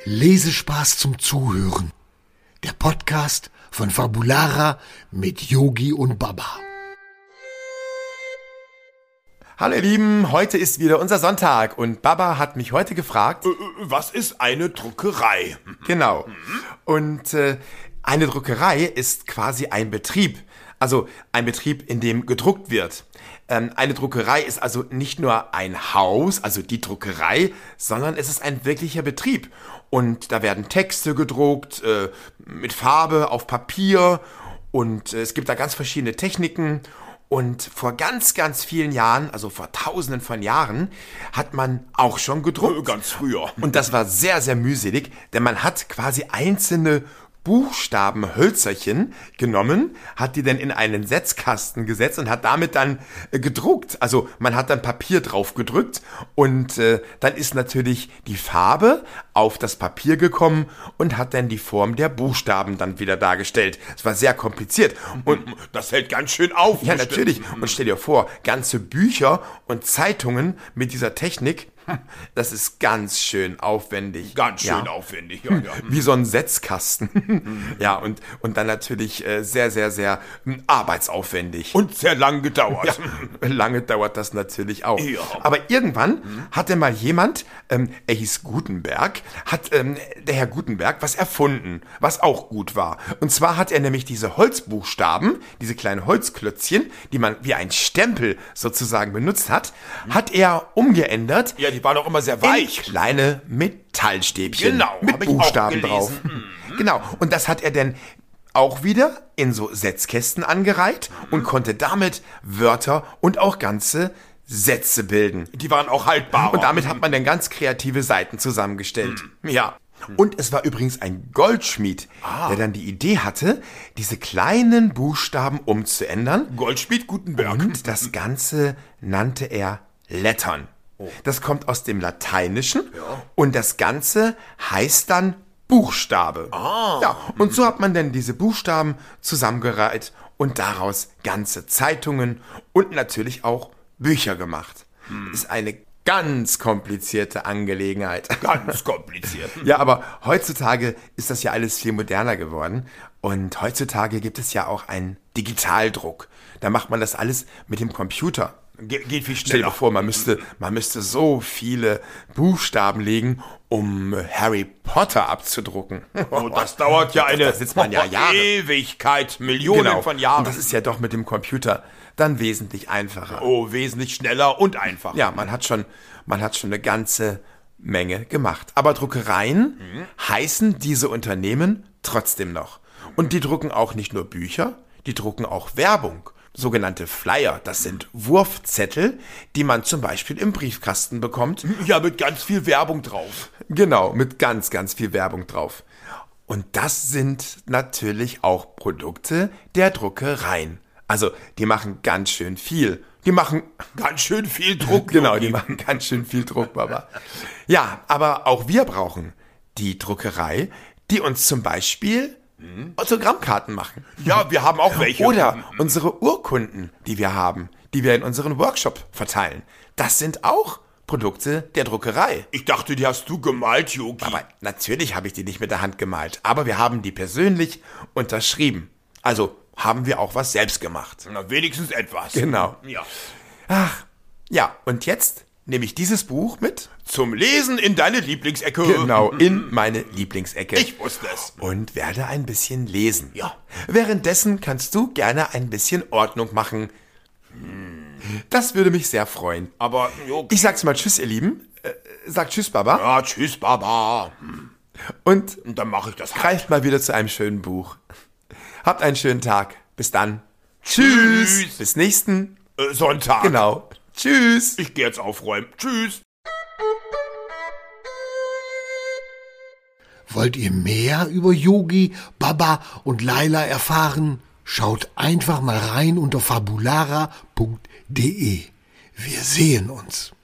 Lesespaß zum Zuhören. Der Podcast von Fabulara mit Yogi und Baba. Hallo ihr Lieben, heute ist wieder unser Sonntag und Baba hat mich heute gefragt, Was ist eine Druckerei? genau, und eine Druckerei ist quasi ein Betrieb, also ein Betrieb, in dem gedruckt wird. Eine Druckerei ist also nicht nur ein Haus, also die Druckerei, sondern es ist ein wirklicher Betrieb. Und da werden Texte gedruckt, mit Farbe auf Papier und es gibt da ganz verschiedene Techniken. Und vor ganz, ganz vielen Jahren, also vor Tausenden von Jahren, hat man auch schon gedruckt. Ganz früher. Und das war sehr, sehr mühselig, denn man hat quasi einzelne Buchstabenhölzerchen genommen, hat die dann in einen Setzkasten gesetzt und hat damit dann gedruckt. Also man hat dann Papier drauf gedrückt und dann ist natürlich die Farbe auf das Papier gekommen und hat dann die Form der Buchstaben dann wieder dargestellt. Es war sehr kompliziert. Und Das hält ganz schön auf. ja, natürlich. Und stell dir vor, ganze Bücher und Zeitungen mit dieser Technik, das ist ganz schön aufwendig. Ganz schön aufwendig. Ja. Wie so ein Setzkasten. Ja, und dann natürlich sehr, sehr, sehr arbeitsaufwendig. Und sehr lang gedauert. Ja, lange dauert das natürlich auch. Ja. Aber irgendwann hatte mal jemand, er hieß Gutenberg, hat der Herr Gutenberg was erfunden, was auch gut war. Und zwar hat er nämlich diese Holzbuchstaben, diese kleinen Holzklötzchen, die man wie ein Stempel sozusagen benutzt hat, hat er umgeändert. Ja, die waren auch immer sehr weich. In kleine Metallstäbchen Genau, mit hab ich auch Buchstaben gelesen. drauf. Genau, und das hat er dann auch wieder in so Setzkästen angereiht und konnte damit Wörter und auch ganze Sätze bilden. Die waren auch haltbar. Und damit hat man dann ganz kreative Seiten zusammengestellt. Ja. Und es war übrigens ein Goldschmied, der dann die Idee hatte, diese kleinen Buchstaben umzuändern. Goldschmied Gutenberg. Und das Ganze nannte er Lettern. Das kommt aus dem Lateinischen und das Ganze heißt dann Buchstabe. Ja, und so hat man dann diese Buchstaben zusammengereiht und daraus ganze Zeitungen und natürlich auch Bücher gemacht. Ist eine ganz komplizierte Angelegenheit. Ganz kompliziert. Ja, aber heutzutage ist das ja alles viel moderner geworden und heutzutage gibt es ja auch einen Digitaldruck. Da macht man das alles mit dem Computer. Geht viel Stell schneller. dir vor, man müsste so viele Buchstaben legen, um Harry Potter abzudrucken. Oh, das dauert ja Da sitzt man ja Jahre. Ewigkeit, Millionen von Jahren. Und das ist ja doch mit dem Computer dann wesentlich einfacher. Oh, wesentlich schneller und einfacher. Ja, man hat schon eine ganze Menge gemacht. Aber Druckereien heißen diese Unternehmen trotzdem noch. Und die drucken auch nicht nur Bücher, die drucken auch Werbung. Sogenannte Flyer, das sind Wurfzettel, die man zum Beispiel im Briefkasten bekommt. Ja, mit ganz viel Werbung drauf. Genau, mit ganz, ganz viel Werbung drauf. Und das sind natürlich auch Produkte der Druckereien. Also, die machen ganz schön viel. Die machen Ganz schön viel Druck. Genau, die machen ganz schön viel Druck, Baba. Ja, aber auch wir brauchen die Druckerei, die uns zum Beispiel Autogrammkarten machen. Ja, wir haben auch welche. Oder unsere Urkunden, die wir haben, die wir in unseren Workshop verteilen. Das sind auch Produkte der Druckerei. Ich dachte, die hast du gemalt, Yogi. Aber natürlich habe ich die nicht mit der Hand gemalt, aber wir haben die persönlich unterschrieben. Also haben wir auch was selbst gemacht. Na, wenigstens etwas. Genau. Ja. Ach, ja, und jetzt nehme ich dieses Buch mit. Zum Lesen in deine Lieblingsecke. Genau, in meine Lieblingsecke. Ich wusste es. Und werde ein bisschen lesen. Ja. Währenddessen kannst du gerne ein bisschen Ordnung machen. Das würde mich sehr freuen. Aber, Yogi. Ich sag's mal Tschüss, ihr Lieben. Sagt Tschüss, Baba. Ja, tschüss, Baba. Und Und dann mache ich das halt. greift mal wieder zu einem schönen Buch. Habt einen schönen Tag. Bis dann. Tschüss. Bis nächsten Sonntag. Genau. Tschüss. Ich gehe jetzt aufräumen. Tschüss. Wollt ihr mehr über Yogi, Baba und Laila erfahren? Schaut einfach mal rein unter fabulara.de. Wir sehen uns.